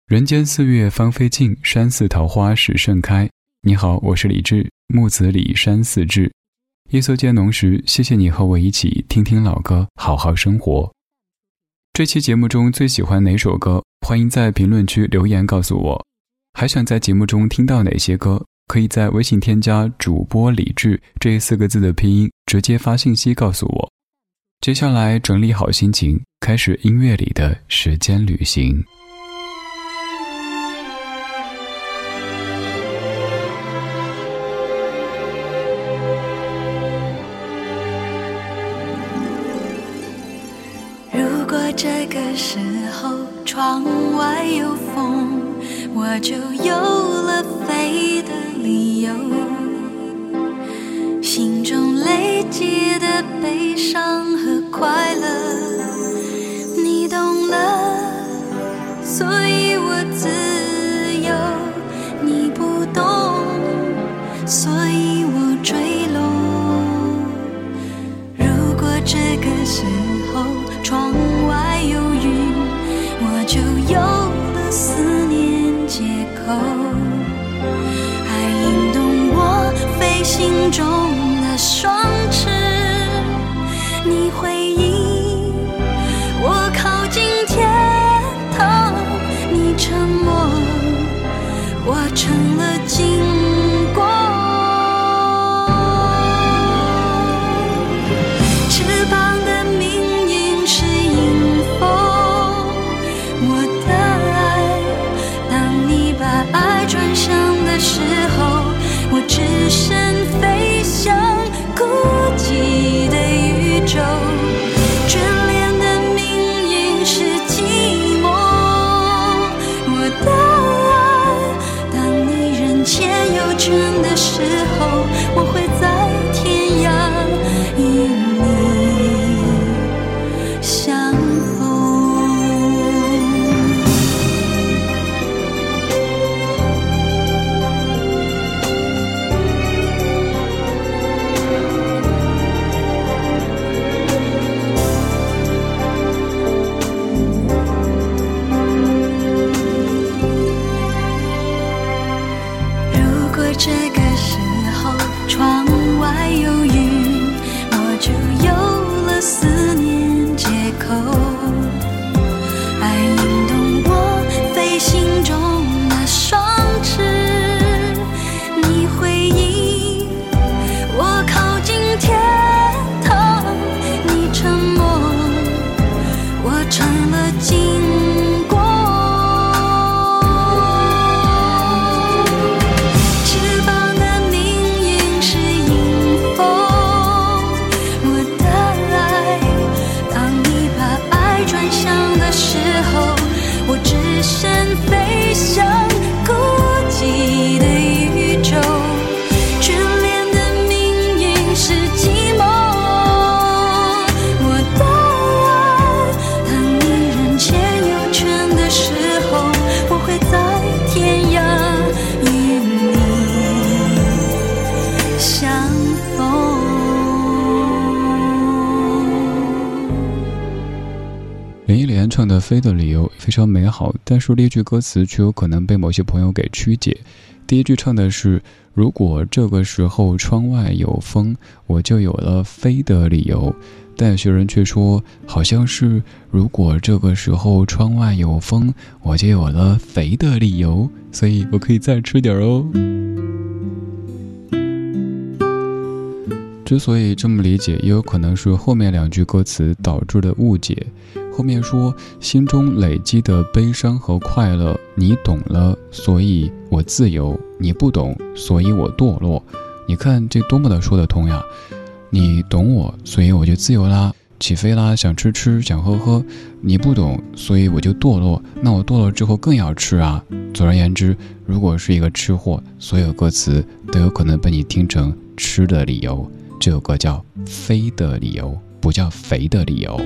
人间四月芳菲尽，山寺桃花始盛开。你好，我是李志，木子李，山寺志。夜色渐浓时，谢谢你和我一起听听老歌，好好生活。这期节目中最喜欢哪首歌？欢迎在评论区留言告诉我。还想在节目中听到哪些歌？可以在微信添加主播李志这4个字的拼音，直接发信息告诉我。接下来整理好心情，开始音乐里的时间旅行。 如果这个时候窗外有风，我就有了飞的理由。心中累积的悲伤和快乐，你懂了，所以我自由。你不懂，所以我坠落。如果这个时候窗外有云，我就有了思念借口。爱引动我飞行中的双翅，你回应我靠近天堂，你沉默，我成了经过。翅膀的命运是迎风，我的爱，当你把爱转向的时候，我只身飞向孤寂的宇宙。眷恋的命运是寂寞，我的爱，当你人间有权的时候，我会在天涯与你相逢。这个时候窗外有云，我就有了思念借口。爱引动我飞行中的双翅，你回应我靠近天堂，你沉默，我成了经过。身飞向孤寂的宇宙，眷恋的命运是寂寞，我的爱，当你人间有权的时候，我会在天涯与你相逢。 林忆莲唱的《飞的理由》非常美好，但是例句歌词却有可能被某些朋友给曲解。第一句唱的是如果这个时候窗外有风，我就有了飞的理由，但有些人却说好像是如果这个时候窗外有风，我就有了肥的理由，所以我可以再吃点哦。之所以这么理解，也有可能是后面2句歌词导致的误解。后面说心中累积的悲伤和快乐，你懂了，所以我自由，你不懂，所以我堕落。你看这多么的说得通呀，你懂我，所以我就自由啦，起飞啦，想吃吃，想喝喝。你不懂，所以我就堕落，那我堕落之后更要吃啊。总而言之，如果是一个吃货，所有歌词都有可能被你听成吃的理由。这首歌叫飞的理由，不叫肥的理由。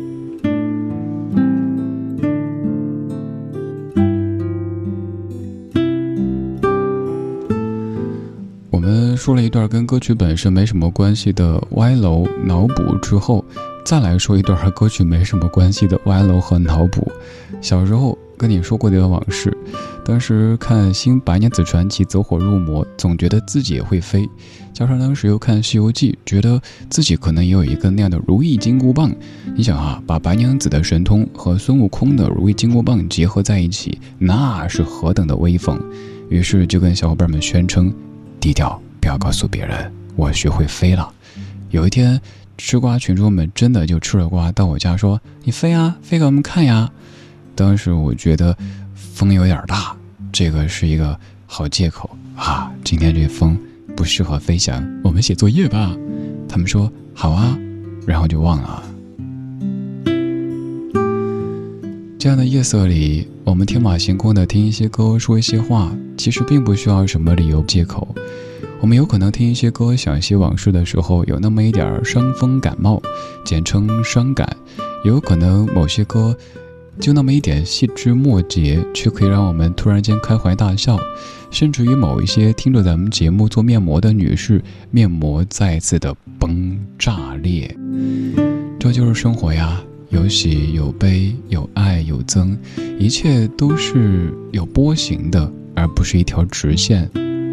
我们说了一段跟歌曲本身没什么关系的歪楼脑补之后，再来说一段和歌曲没什么关系的歪楼和脑补。小时候跟你说过的往事。当时看《新白娘子传奇》走火入魔，总觉得自己也会飞，加上当时又看《西游记》，觉得自己可能也有一个那样的如意金箍棒。你想啊，把白娘子的神通和孙悟空的如意金箍棒结合在一起，那是何等的威风。于是就跟小伙伴们宣称，低调，不要告诉别人我学会飞了。有一天吃瓜群众们真的就吃了瓜到我家说，你飞啊，飞给我们看呀。当时我觉得风有点大，这个是一个好借口啊，今天这风不适合飞翔，我们写作业吧。他们说好啊，然后就忘了。这样的夜色里，我们天马行空的听一些歌，说一些话，其实并不需要什么理由借口。我们有可能听一些歌，想一些往事的时候，有那么一点伤风感冒，简称伤感；有可能某些歌就那么一点细枝末节，却可以让我们突然间开怀大笑。甚至于某一些听着咱们节目做面膜的女士，面膜再次的崩炸裂。这就是生活呀，有喜有悲，有爱有憎，一切都是有波形的，而不是一条直线。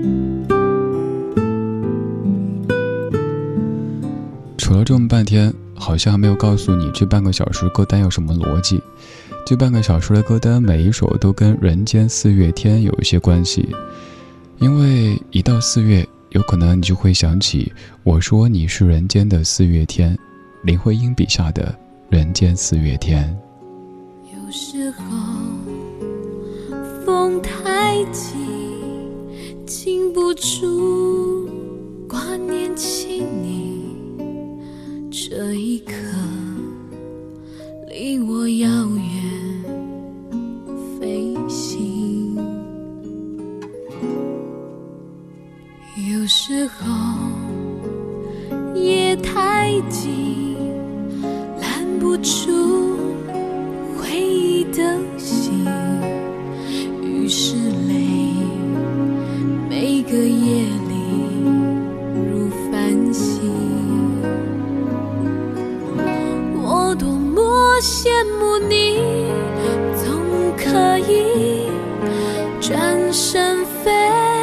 处了这么半天，好像还没有告诉你这半个小时歌单有什么逻辑。这半个小时的歌单，每一首都跟人间四月天有一些关系。因为一到4月，有可能你就会想起我说你是人间的四月天，林徽因笔下的人间四月天。 有时候风太急，禁不住挂念起你，这一刻离我遥远飞行。有时候夜太静，拦不住回忆的心，于是泪每个夜里如繁星。我多么羡慕你，总可以转身飞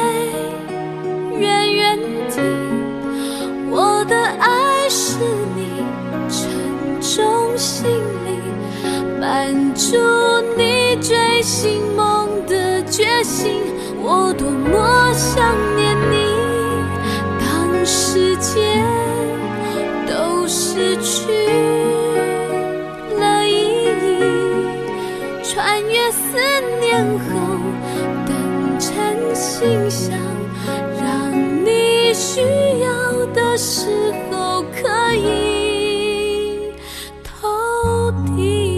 远远地。我的爱是你沉重心里伴住你追寻梦的决心。我多么想念你，当世界都失去了意义，穿越思念后等成信箱，让你需要的时候可以投递。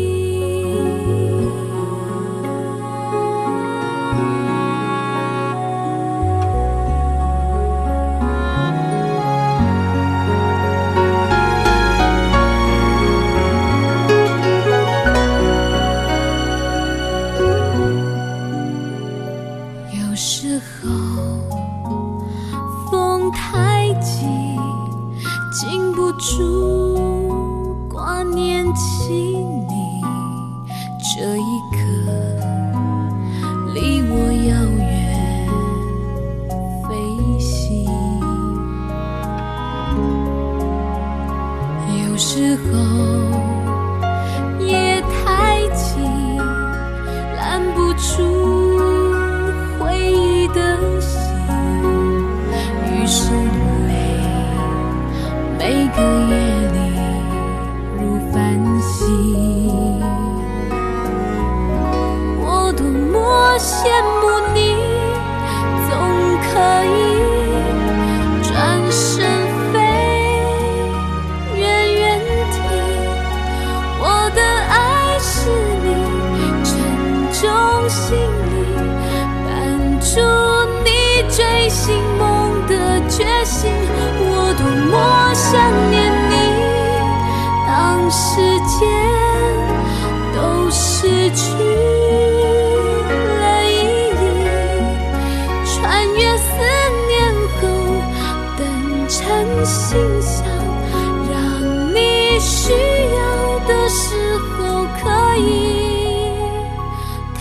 有时候风太急，禁不住挂念起你，这一刻离我遥远飞行。有时候夜太急，拦不住回忆的心，于是泪每个夜里如繁星。我多么羡慕你，总可以转身飞远远地。我的爱是你沉重心里伴住你追寻梦的决心。我多么想念你，当世界都失去了意义，穿越思念后等成信箱，让你需要的时候可以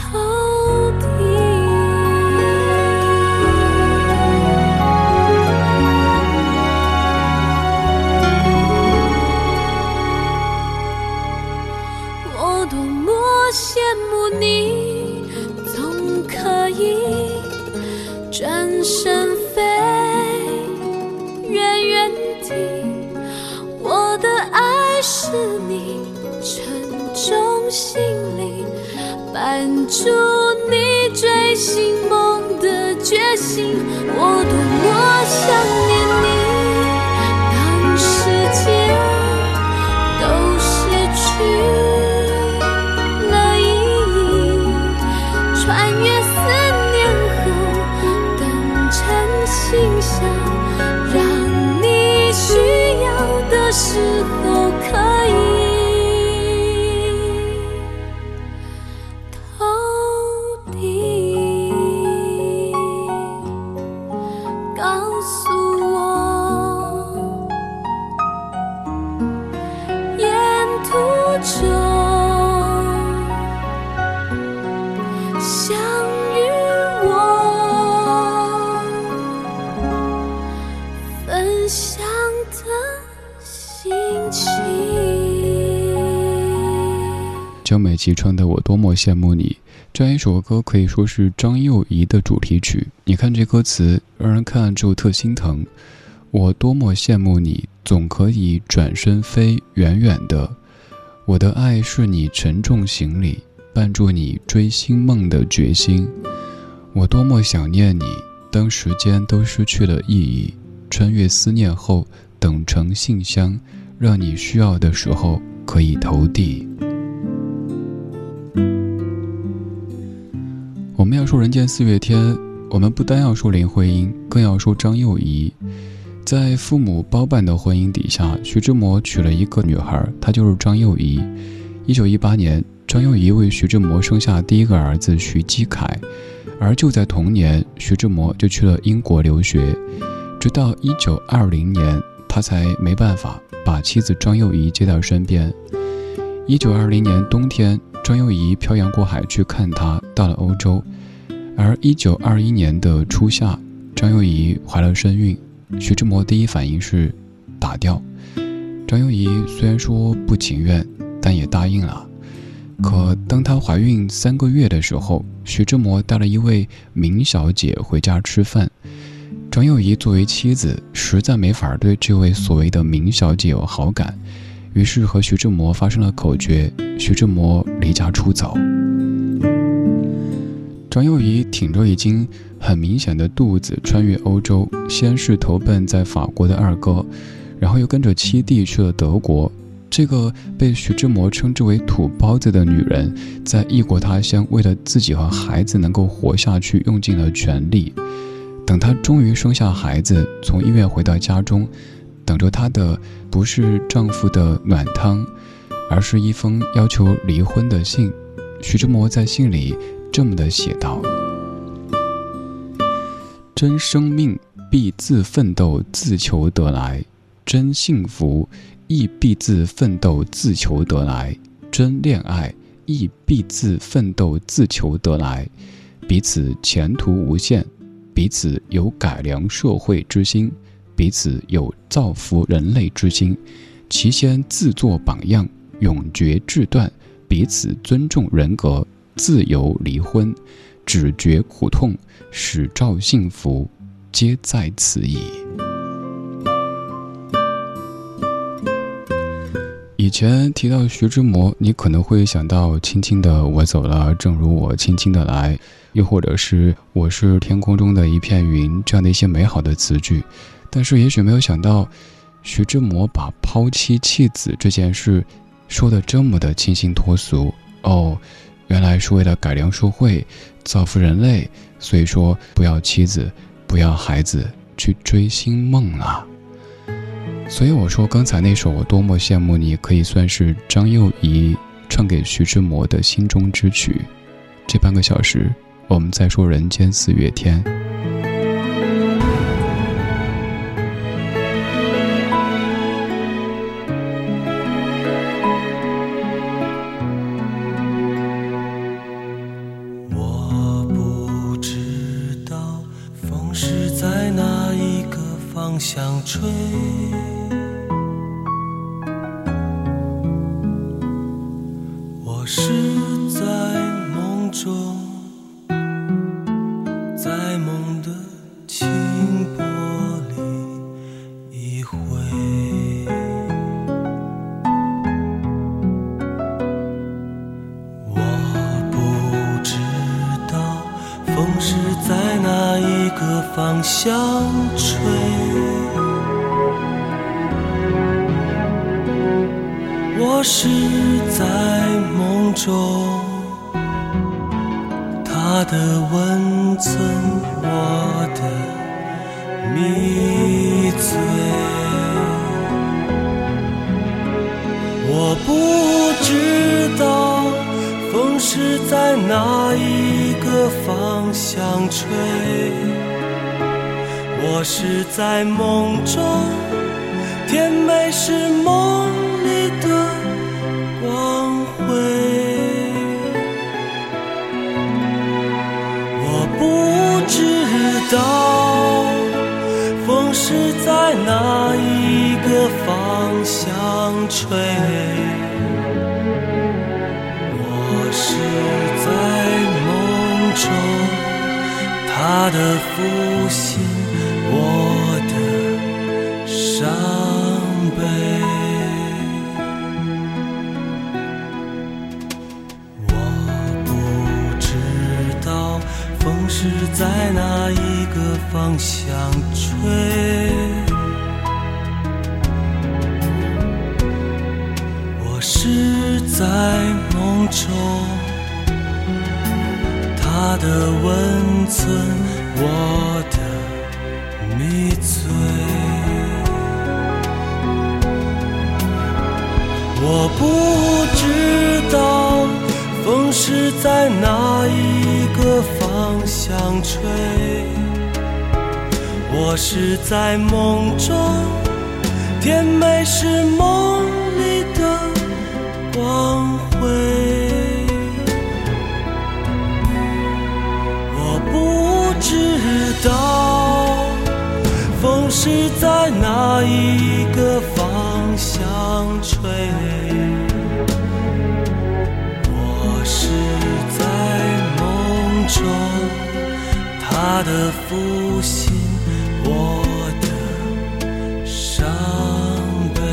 出你追星梦的决心，我多么想念你。当世界都失去了意义，穿越4年后等成信箱，让你需要的时候可以江美琪唱的《我多么羡慕你》，这样一首歌可以说是张幼仪的主题曲。你看这歌词，让人看了之后特心疼。我多么羡慕你，总可以转身飞远远的。我的爱是你沉重行李，伴住你追星梦的决心。我多么想念你，当时间都失去了意义，穿越思念后等成信箱，让你需要的时候可以投递。我们要说人间四月天，我们不单要说林徽因，更要说张幼仪。在父母包办的婚姻底下，徐志摩娶了一个女孩，她就是张幼仪。1918年，张幼仪为徐志摩生下第一个儿子徐基凯，而就在同年，徐志摩就去了英国留学，直到1920年，他才没办法把妻子张幼仪接到身边。1920年冬天，张幼仪漂洋过海去看他，到了欧洲。而1921年的初夏，张幼仪怀了身孕，徐志摩第一反应是打掉。张幼仪虽然说不情愿，但也答应了。可当她怀孕3个月的时候，徐志摩带了一位明小姐回家吃饭。张幼仪作为妻子，实在没法对这位所谓的明小姐有好感，于是和徐志摩发生了口角，徐志摩离家出走。张幼仪挺着已经很明显的肚子穿越欧洲，先是投奔在法国的二哥，然后又跟着七弟去了德国。这个被徐志摩称之为土包子的女人，在异国他乡为了自己和孩子能够活下去，用尽了全力。等她终于生下孩子，从医院回到家中，等着她的不是丈夫的暖汤，而是一封要求离婚的信。徐志摩在信里这么的写道：真生命必自奋斗自求得来，真幸福亦必自奋斗自求得来，真恋爱亦必自奋斗自求得来，彼此前途无限，彼此有改良社会之心，彼此有造福人类之心，其先自作榜样，永绝志断，彼此尊重人格，自由离婚，只觉苦痛，始照幸福，皆在此矣。以前提到徐志摩，你可能会想到轻轻的我走了，正如我轻轻的来，又或者是我是天空中的一片云，这样的一些美好的词句。但是也许没有想到，徐志摩把抛妻弃子这件事说得这么的清新脱俗。哦，原来是为了改良社会，造福人类，所以说不要妻子，不要孩子，去追星梦了。所以我说刚才那首我多么羡慕你，可以算是张幼仪唱给徐志摩的心中之曲。这半个小时我们再说人间四月天。 我不知道风是在哪一个方向吹，我是在梦中，在梦的轻波里一回。我不知风是在哪一个方向吹？我是在梦中，他的温存，我的迷醉。我不知道风是在哪一个方向吹，我是在梦中，甜美是梦里的光辉。我不知道风是在哪一个方向吹，我是在梦中，他的负心，我的伤悲。我不知道风是在哪一个方向吹，我是在梦中，他的温存，我的迷醉。我不知道风是在哪一个方向吹，我是在梦中，甜美是梦里的光辉。我不知道风是在哪一个方向吹，我是在梦中，他的负心，我的伤悲。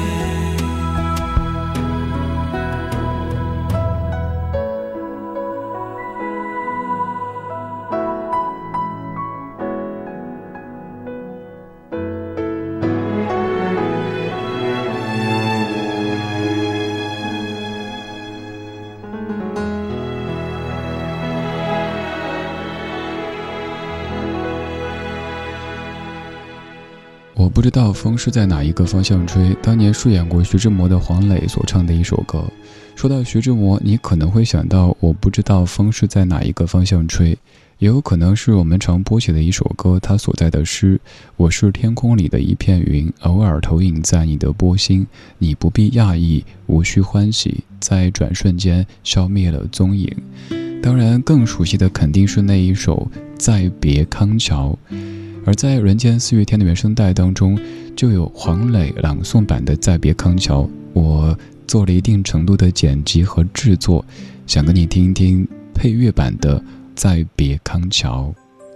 我不知道风是在哪一个方向吹，当年饰演过徐志摩的黄磊所唱的一首歌。说到徐志摩，你可能会想到我不知道风是在哪一个方向吹，也有可能是我们常播起的一首歌，它所在的诗，我是天空里的一片云，偶尔投影在你的波心，你不必讶异，无需欢喜，在转瞬间消灭了踪影。当然更熟悉的肯定是那一首再别康桥，而在人间四月天的原声带当中就有黄磊朗诵版的再别康桥，我做了一定程度的剪辑和制作，想跟你听一听配乐版的再别康桥。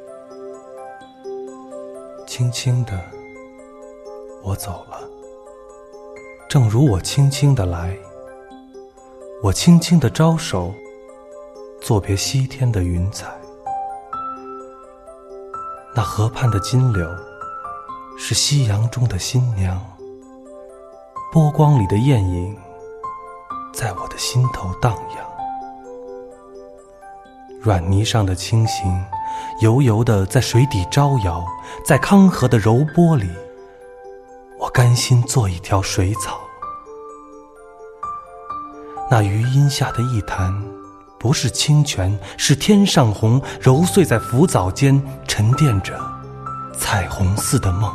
轻轻的我走了，正如我轻轻的来，我轻轻的招手，作别西天的云彩。那河畔的金柳是夕阳中的新娘，波光里的艳影在我的心头荡漾。软泥上的青荇油油地在水底招摇，在康河的柔波里，我甘心做一条水草。那余荫下的一潭不是清泉，是天上虹，揉碎在浮藻间，沉淀着彩虹似的梦。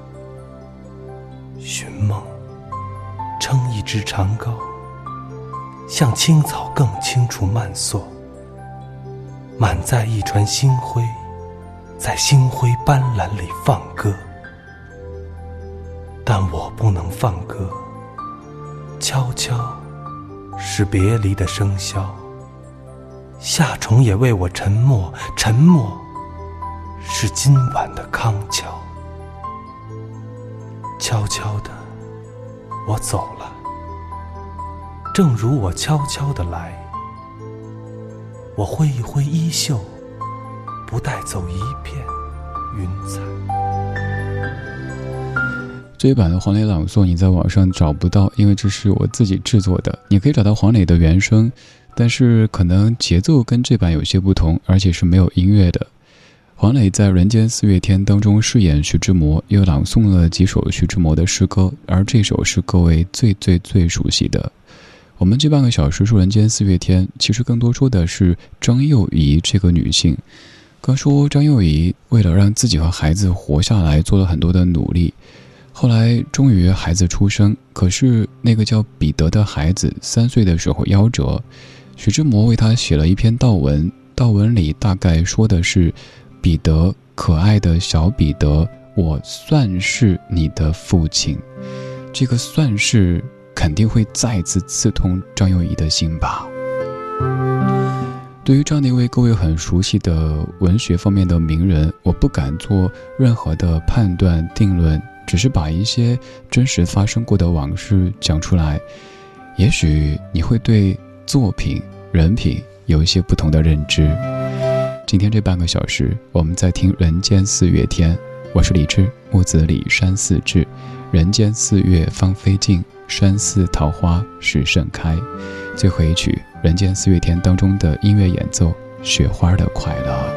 寻梦撑一支长篙，像青草更清楚漫溯，满载一船星辉，在星辉斑斓里放歌。但我不能放歌，悄悄是别离的笙箫，夏虫也为我沉默，沉默是今晚的康桥。悄悄的我走了，正如我悄悄的来。我挥一挥衣袖， 不带走一片云彩。 这一版的黄磊朗诵你在网上找不到，因为这是我自己制作的。你可以找到黄磊的原声，但是可能节奏跟这版有些不同，而且是没有音乐的。黄磊在《人间四月天》当中饰演徐志摩，又朗诵了几首徐志摩的诗歌，而这首是各位最熟悉的。我们这半个小时说《人间四月天》，其实更多说的是张幼仪这个女性。刚说张幼仪为了让自己和孩子活下来，做了很多的努力。后来终于孩子出生，可是那个叫彼得的孩子3岁的时候夭折。徐志摩为他写了一篇悼文，悼文里大概说的是：彼得，可爱的小彼得，我算是你的父亲。这个算是肯定会再次刺痛张幼仪的心吧。对于这样的一位各位很熟悉的文学方面的名人，我不敢做任何的判断定论，只是把一些真实发生过的往事讲出来，也许你会对作品、人品有一些不同的认知。今天这半个小时，我们在听《人间四月天》，我是李志，木子李山寺志。人间四月芳菲尽，山寺桃花始盛开。最后一曲《人间四月天》当中的音乐演奏，雪花的快乐。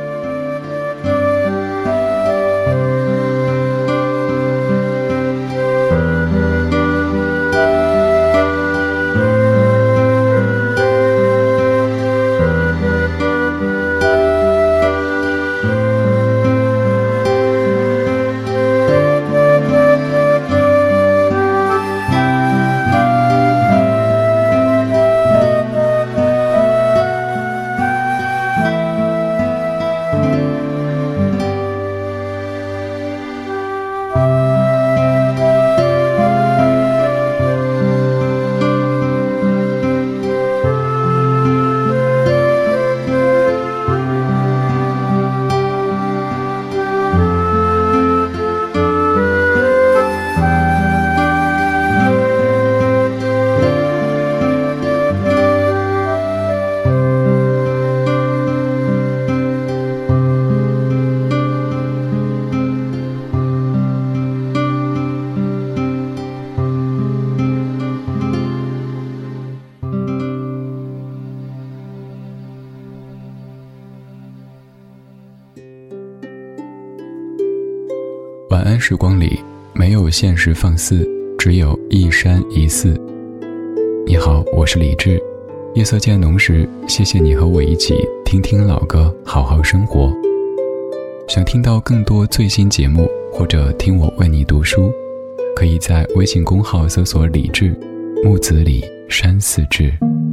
晚安时光里没有现实放肆，只有一山一寺。你好，我是李志。夜色渐浓时，谢谢你和我一起听听老歌，好好生活。想听到更多最新节目，或者听我为你读书，可以在微信公号搜索李志，木子李，山寺志。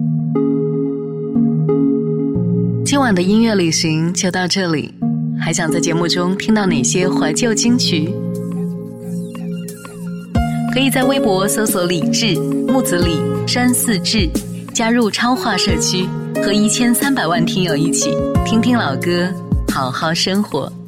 今晚的音乐旅行就到这里，还想在节目中听到哪些怀旧金曲？可以在微博搜索李志，木子李，山寺志，加入超话社区，和1300万听友一起听听老歌，好好生活。